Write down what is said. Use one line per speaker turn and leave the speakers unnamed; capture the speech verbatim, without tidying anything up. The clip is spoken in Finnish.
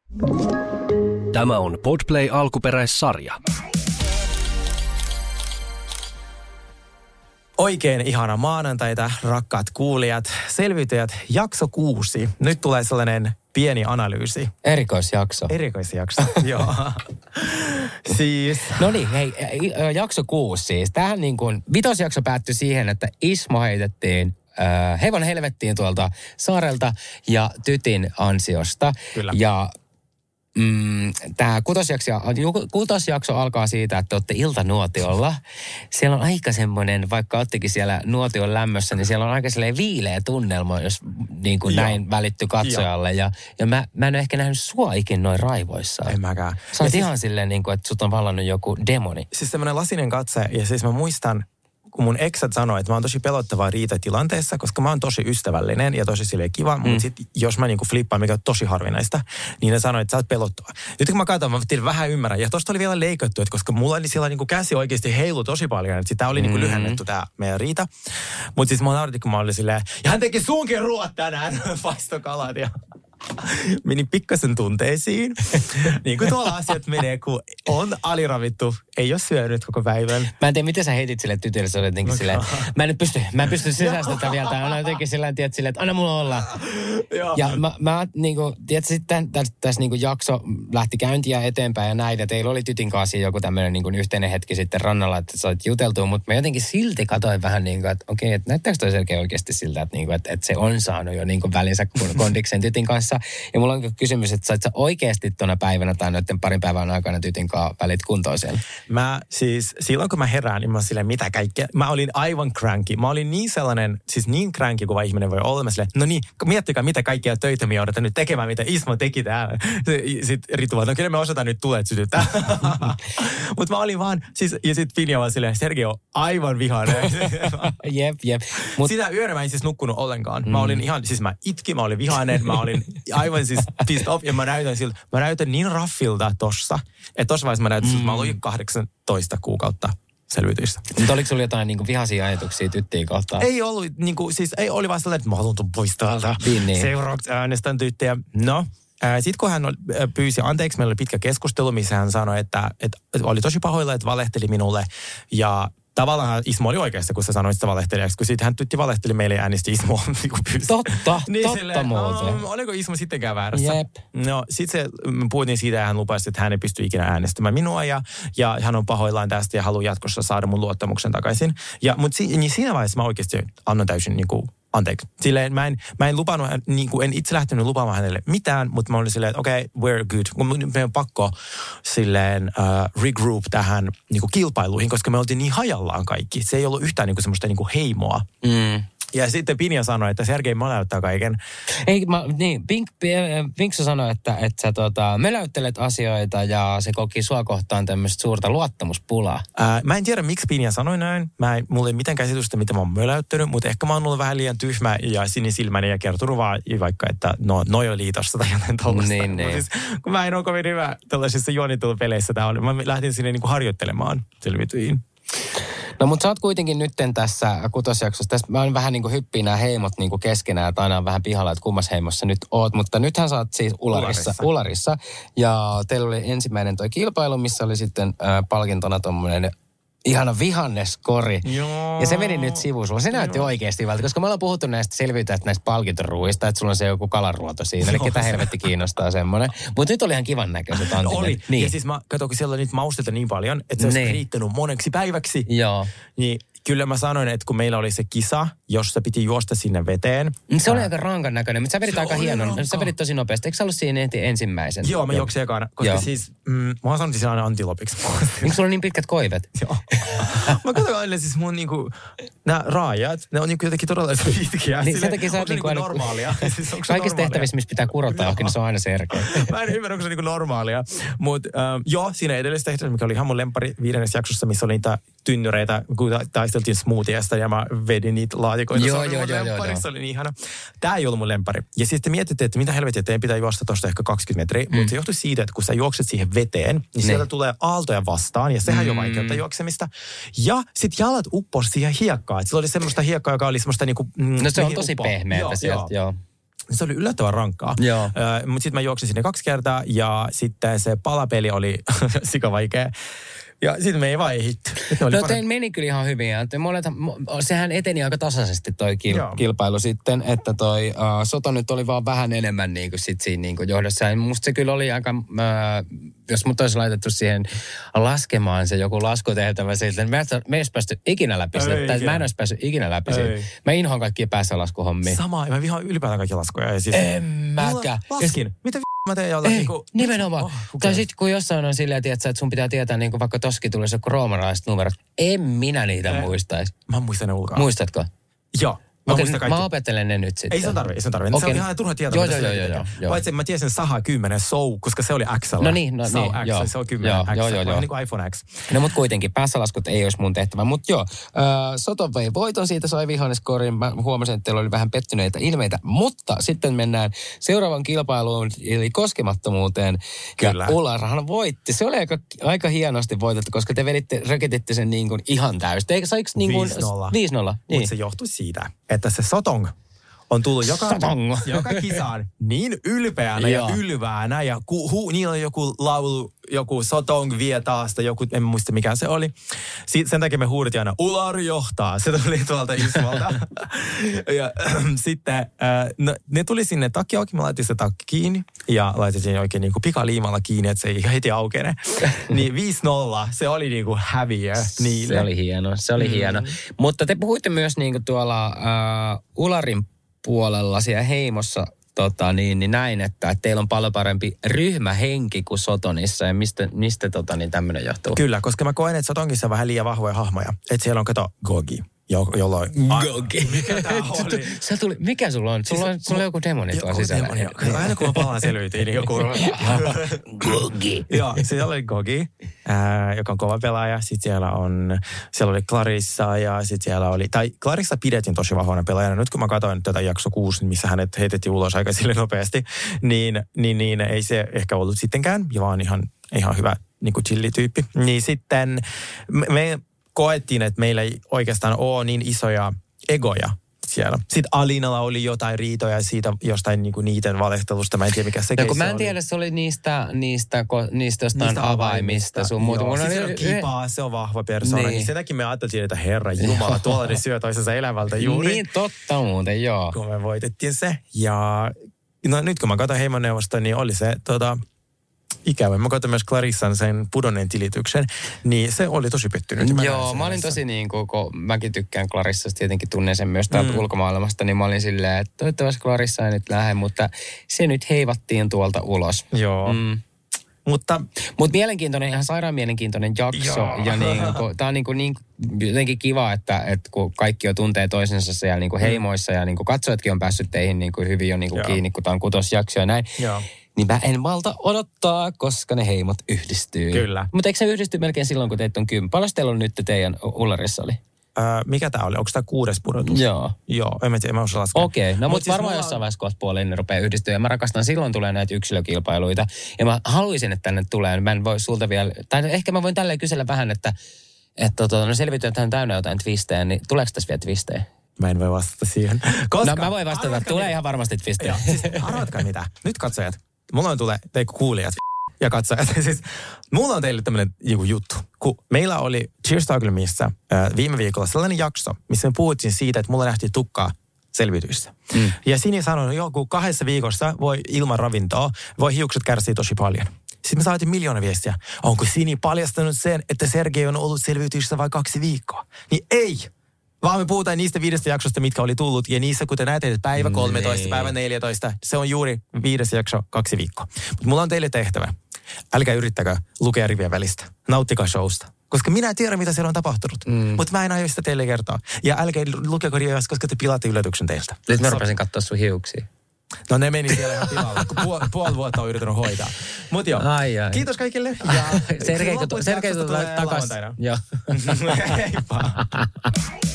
Tämä on Podplay alkuperäissarja.
Oikein ihana maanantaita, rakkaat kuulijat. Selviytyjät, jakso kuusi. Nyt tulee sellainen pieni analyysi.
Erikoisjakso.
Erikoisjakso, joo. Siis...
No niin, hei, jakso kuusi siis. Tähän niin kuin, vitosjakso päättyi siihen, että Ismo heitettiin äh, hevon helvettiin tuolta saarelta ja tytin ansiosta.
Kyllä.
Ja mm, tämä kutosjakso, kutosjakso alkaa siitä, että olette iltanuotiolla. Siellä on aika semmoinen, vaikka oottekin siellä nuotion lämmössä, niin siellä on aika sellainen viileä tunnelma, jos niin kuin näin välitty katsojalle. Ja, ja mä, mä en ole ehkä nähnyt sua ikin noin raivoissaan.
En mäkään.
Sä oot
siis,
ihan silleen, niin kuin, että sut on vallannut joku demoni.
Siis semmoinen lasinen katse, ja siis mä muistan, kun mun eksät sanoi, että mä oon tosi pelottavaa riitatilanteessa, koska mä oon tosi ystävällinen ja tosi silleen kiva, mm. mutta sit jos mä niinku flippaan, mikä on tosi harvinaista, niin ne sanoi, että sä oot pelottava. Nyt kun mä katson, mä vähän ymmärrän. Ja tosta oli vielä leikattu, että koska mulla oli siellä niinku käsi oikeasti heilu tosi paljon, että sitä oli niinku mm. lyhennetty tää meidän riita. Mutta siis mä nautin, kun mä olin silleen, ja hän teki sunkin ruoat tänään, paistokalat ja... Menin pikkasen tunteisiin. Niin kuin tuolla asiat menee, kun on aliravittu, ei ole syönyt koko päivän.
Mä en tiedä, miten sä heitit sille tytölle, sä olet jotenkin silleen, mä en pysty, mä en pysty sisäistä tätä vielä. Tää on jotenkin silleen, tiedät, silleen, että anna mulla olla. Ja mä, mä niinku, tiedät, sitten tässä täs, niinku jakso lähti käyntiä eteenpäin ja näin, ja teillä oli tytin kanssa joku tämmöinen niinku yhteinen hetki sitten rannalla, että sä olet juteltua, mutta mä jotenkin silti katsoin vähän niin kuin, että okei, että näyttääkö toi selkeä oikeasti siltä, että, niinku, että, että se on saanut jo niinku välinsä kondiksen tytin kanssa. Ja mulla on kysymys, että sait sä oikeasti tuona päivänä tai noiden parin päivän aikana tytin kanssa välit kuntoon siellä?
Mä siis, silloin kun mä herään, niin mä silleen, mitä kaikkea. Mä olin aivan cranky. Mä olin niin sellainen, siis niin cranky kuin ihminen voi olla. Mä silleen, no niin, miettikää mitä kaikkia töitä me joudutaan nyt tekemään, mitä Ismo teki täällä. Sitten Ritu vaan, no kyllä me osataan nyt tulet sytyttää. Mutta mä olin vaan, siis, ja sitten Pinja vaan silleen, Sergei on aivan vihainen.
jep, jep. Mut...
Sitä yönä mä en siis nukkunut ollenkaan. Mä olin ihan, siis mä itkin, mä olin vihainen, mä olin aivan siis pissed off, ja mä näytän siltä, mä näytän niin raffilta tossa, että tossa vaiheessa mä näytän, mm. että mä olin kahdeksantoista kuukautta selviytyistä.
Mutta oliko sulla jotain niinku vihaisia ajatuksia tyttiin kohtaan?
Ei ollut, niinku, siis ei oli vaan sellainen, että mä haluan tuon pois täältä.
Niin.
Seuraavaksi äänestän tyttöjä. No, sitten kun hän pyysi anteeksi, meillä oli pitkä keskustelu, missä hän sanoi, että, että oli tosi pahoilla, että valehteli minulle, ja tavallaan Ismo oli oikeassa, kun sä sanoit sitä valehtelijaksi, kun sitten hän tytti valehteli meille ja äänesti Ismoa. Niin
totta,
niin
totta
silleen,
muuten.
No, oliko Ismo sittenkään väärässä?
Jep.
No sitten se, me puhuttiin siitä ja hän lupasi, että hän ei pysty ikinä äänestämään minua ja, ja hän on pahoillaan tästä ja haluaa jatkossa saada mun luottamuksen takaisin. Ja, mutta si, niin siinä vaiheessa mä oikeasti annan täysin niin kuin anteeksi. Silleen mä en, mä en lupannut, niin kuin en itse lähtenyt lupaamaan hänelle mitään, mutta mä olin silleen, että okei, okay, we're good. Me on pakko silleen uh, regroup tähän niin kuin kilpailuihin, koska me oltiin niin hajallaan kaikki. Se ei ollut yhtään niin kuin semmoista niin kuin heimoa.
Mm.
Ja sitten Pinja sanoi, että Sergei möläyttää kaiken.
Ei, mä, niin, Pink, Pinksu sanoi, että, että sä tota, möläyttelet asioita ja se koki sua kohtaan tämmöistä suurta luottamuspulaa.
Ää, mä en tiedä, miksi Pinja sanoi näin. Mä en, mulla ei mitään käsitystä, mitä mä oon möläyttänyt, mutta ehkä mä oon ollut vähän liian tyhmä ja sinisilmäinen ja kertonut vaan vaikka, että no, noi on liitossa tai jotain tollaista.
Niin, niin.
Siis, kun mä en ole kovin hyvä tällaisissa juonittelupeleissä, tää oli. Mä lähdin sinne niin kuin harjoittelemaan selvityin.
No mutta sä oot kuitenkin nytten tässä kutosjaksossa, tässä mä oon vähän niin kuin hyppii nämä heimot niin kuin keskenään, että aina on vähän pihalla, että kummas heimossa nyt oot, mutta nythän sä oot siis Ularissa, Ularissa. Ularissa ja teillä oli ensimmäinen toi kilpailu, missä oli sitten äh, palkintona tommonen ihana vihanneskori.
Joo.
Ja se meni nyt sivuun. Sulla se näytti oikeasti hyvältä, koska me ollaan puhuttu näistä selviytyjistä näistä palkintoruuista, että sulla on se joku kalaruoto siinä. Eli ketä helvetti kiinnostaa semmoinen. Mutta nyt oli ihan kivan näköiset antimet.
Oli.
Niin.
Ja siis mä katsoin, kun siellä on niitä mausteita niin paljon, että se olisi niin riittänyt moneksi päiväksi.
Joo.
Niin kyllä mä sanoin, että kun meillä oli se kisa, jossa piti juosta sinne veteen.
Se oli ää... aika rankan näköinen, mutta sä vedit aika hienon. Sä vedit tosi nopeasti. Eikö sä ollut siinä ensimmäisen?
Joo, mä juoksin ekana. Koska Joo. siis, mm, mä oon sanonut siis aina antilopiksi.
Miksi sulla on niin pitkät koivet?
Joo. Mä katson aina siis mun niinku, nämä raajat, ne on niinku jotenkin todella pitkiä.
Niin sen takia sä oot niinku
aina... normaalia? Siis
kaikissa tehtävissä, missä pitää kurota johonkin, niin se on aina serkeä.
Mä en ymmärrä, onko se niinku normaalia. Mutta ähm, joo, siinä edellisessä tehtävässä, mikä oli ihan mun lempari viidennessä jaksossa, missä oli niitä tynnyreitä, kun taisteltiin smoothiesta ja mä vedin niitä laatikoita.
Joo,
se oli
joo,
mun
joo,
lempari,
joo.
se oli niin ihana. Tää ei ollut mun lempari. Ja siis te mietitte, että mitä helvettiä, teidän pitää juosta tuosta ehkä kaksikymmentä metriä, mm. mutta se johtui siitä, että kun sä juokset siihen veteen, niin ne. sieltä tulee aaltoja vastaan, ja sehän mm. jo vaikeuttaa juoksemista. Ja sit jalat uppos siihen hiekkaan. Sillä oli semmoista hiekkaa, joka oli semmoista niinku...
Mm, no se on tosi pehmeätä sieltä, joo.
Se oli yllättävän rankkaa.
Joo.
Ö, mutta sitten mä juoksin sinne kaksi kertaa ja sitten se palapeli oli sikavaikea. Ja sitten me ei vaan ehitty.
No tein meni kyllä ihan hyvin. Ja monet, sehän eteni aika tasaisesti toi kil, kilpailu sitten, että toi uh, Soto nyt oli vaan vähän enemmän niin kuin sit siinä niin kuin johdossa. Ja musta se kyllä oli aika, uh, jos mut olisi laitettu siihen laskemaan se joku laskutehtävä siitä, että me ei olisi päästy ikinä läpi sitä. Tai mä en olisi päässyt ikinä läpi siitä. Mä inhoan kaikkia päässälaskuhommia.
Sama, mä vihaan ylipäätään kaikkia laskuja. Ja siis,
en mäkään.
Laskin. Mitä mä teen jollain?
Ei,
niinku,
nimenomaan. Oh, tai sitten kun jossain on silleen, että sun pitää tietää, niin kuin vaikka toskin tulisi joku roomalaiset numerot. En minä niitä eh, muistaisi.
Mä muistan ne ulkoa.
Muistatko?
Joo. Mä,
okay, mä opettelen ne nyt sitten.
Ei se on tarvi, ei se on tarvi. Okay. Se on ihan turha tietää.
Joo, joo, joo, joo, joo.
Paitsi mä tiesin Saha kymmenen Sou, koska se oli X:llä.
No niin, no
Sau
niin,
X,
joo.
Se on kymmenen
joo,
X.
Joo, joo, joo.
Niin kuin iPhone X.
No mut kuitenkin, päässälaskut ei olisi mun tehtävä. Mut joo, äh, Soto vei voiton, siitä sai vihanneskorin. Mä huomasin, että teillä oli vähän pettyneitä ilmeitä. Mutta sitten mennään seuraavan kilpailuun, eli koskemattomuuteen.
Kyllä.
Ja Ularhan voitti. Se oli aika, aika hienosti voitettu, koska te veditte, röketitte sen niin kuin ihan täysin. Eikö saiko niin kuin...
viisi nolla.
viisi nolla. Niin.
Mutta se johtui siitä, että se Sotong on tullut joka, joka kisaan niin ylpeänä ja ylväänä. Ja ku, hu, niin on joku laulu, joku Sotong vie taas, joku, en muista mikä se oli. Si, sen takia me huudettiin aina, Ular johtaa. Se tuli tuolta Ismalta. ja äh, sitten äh, no, ne tuli sinne takki auki, mä laitin se takki kiinni. Ja laitettiin oikein niin kuin pikaliimalla kiinni, että se ei heti aukene. niin viisi nolla, se oli niin kuin häviö niille.
Se oli hieno, se oli mm. hieno. Mutta te puhuitte myös niin kuin tuolla äh, Ularin puolella siellä heimossa tota, niin, niin näin, että, että teillä on paljon parempi ryhmähenki kuin Sotonissa. Ja mistä, mistä tota, niin tämmöinen johtuu?
Kyllä, koska mä koen, että Sotongissa on vähän liian vahvoja hahmoja. Että siellä on, kato, Gogi. Jo, jolloin...
Gogi. Mikä tää oli? Sä tuli, mikä sulla on? Sulla on, siis, sulla on joku demoni tuolla sisällä. Demoni.
Aina kun mä palaan selviytiin, niin joku...
Gogi.
Joo, siellä oli Gogi, äh, joka on kova pelaaja. Sitten siellä on... Siellä oli Clarissa ja sitten siellä oli... Tai Clarissa pidettiin tosi vahvana pelaajana. Nyt kun mä katsoin tätä jakso kuusi, missä hänet heitettiin ulos aika sille nopeasti, niin, niin, niin ei se ehkä ollut sittenkään. Ja vaan ihan, ihan hyvä niin kuin chillityyppi. Niin sitten me... koettiin, että meillä ei oikeastaan ole niin isoja egoja siellä. Sitten Alinalla oli jotain riitoja siitä jostain niinku niiden valehtelusta. Mä en tiedä, mikä se
no, kun mä en tiedä, se oli niistä, niistä, niistä jostain niistä avaimista. Sun muuta.
Joo, siis se on kipaa, se on vahva persoona. Niin. Niin sen takia me ajatteltiin, että herra jumala, tuolla ne syö toisensa elävältä juuri.
Niin totta muuten, joo.
Kun me voitettiin se. Ja no, nyt kun mä katson heimoneuvosta, niin oli se tota... ikävä. Mä katsoin myös Clarissan sen pudonneen tilityksen, niin se oli tosi pettynyt.
Mä Joo, mä olin tosi niin kuin, kun mäkin tykkään Clarissasta, tietenkin tunnen sen myös täältä mm. ulkomaailmasta, niin mä olin silleen, että toivottavasti Clarissa ei nyt lähde, mutta se nyt heivattiin tuolta ulos.
Joo. Mm. Mutta
Mut mielenkiintoinen, ihan sairaan mielenkiintoinen jakso. Joo. Ja niin, kun, tää on niin, kuin, niin jotenkin kiva, että, että kun kaikki jo tuntee toisensa siellä niin kuin heimoissa ja niin kuin katsojatkin on päässyt teihin niin kuin hyvin jo niin kuin kiinni, kun tää on kutosjakso ja näin. Joo. Niin mä en malta odottaa, koska ne heimot yhdistyy.
Kyllä.
Mutta eikö se yhdisty melkein silloin, kun teitä on kymmenen? Paljon teillä on nyt teidän Ullarissa oli?
Öö, mikä tää oli? Onko tää kuudes pudotus?
Joo.
Joo, en mä tiedä, mä osaa laskea.
Okei, okay. No mutta mut siis varmaan mulla... jossain vaiheessa kohta puoleen ne rupeaa yhdistyä. Ja mä rakastan, silloin tulee näitä yksilökilpailuita. Ja mä haluaisin, että tänne tulee. Mä en voi sulta vielä, tai ehkä mä voin tälleen kysellä vähän, että, että to, no selvitetään täynnä jotain twistejä, niin tuleeko tässä vielä twistejä?
Mä en voi vastata siihen. Koska,
no mä voin vastata, että tulee mitä? Ihan varmasti twistejä.
Siis arvatkaa mitä. Nyt katsojat. Mulla on tulee, te kuulijat ja katsojat. Siis, mulla on teille tämmöinen juttu. Kun meillä oli Cheers Talklimissa äh, viime viikolla sellainen jakso, missä me puhuttiin siitä, että mulla nähtiin tukkaa selvityissä. Mm. Ja Sini sanoi, että joku kahdessa viikossa voi ilman ravintoa, voi hiukset kärsiä tosi paljon. Sitten me saatiin miljoona viestiä. Onko Sini paljastanut sen, että Sergei on ollut selvityissä vain kaksi viikkoa? Niin ei! Vaan me puhutaan niistä viidestä jaksosta, mitkä oli tullut. Ja niissä, kuten näette, että päivä kolmetoista, nee. Päivä neljätoista, se on juuri viides jakso, kaksi viikkoa. Mutta mulla on teille tehtävä. Älkää yrittäkää lukea rivien välistä. Nauttikaa showsta. Koska minä en tiedä, mitä siellä on tapahtunut. Mm. Mutta mä en aio sitä teille kertoa. Ja älkää lukeko rivien, koska te pilaatte yllätyksen teiltä.
Nyt mä rupesin katsoa sun hiuksia.
No ne meni siellä ihan pilalle, kun puol, puoli vuotta on yrittänyt hoitaa. Mut joo, ai, ai. Kiitos kaikille. Ja
Sergei, Sergei tulee takaisin. Joo.
Heippa.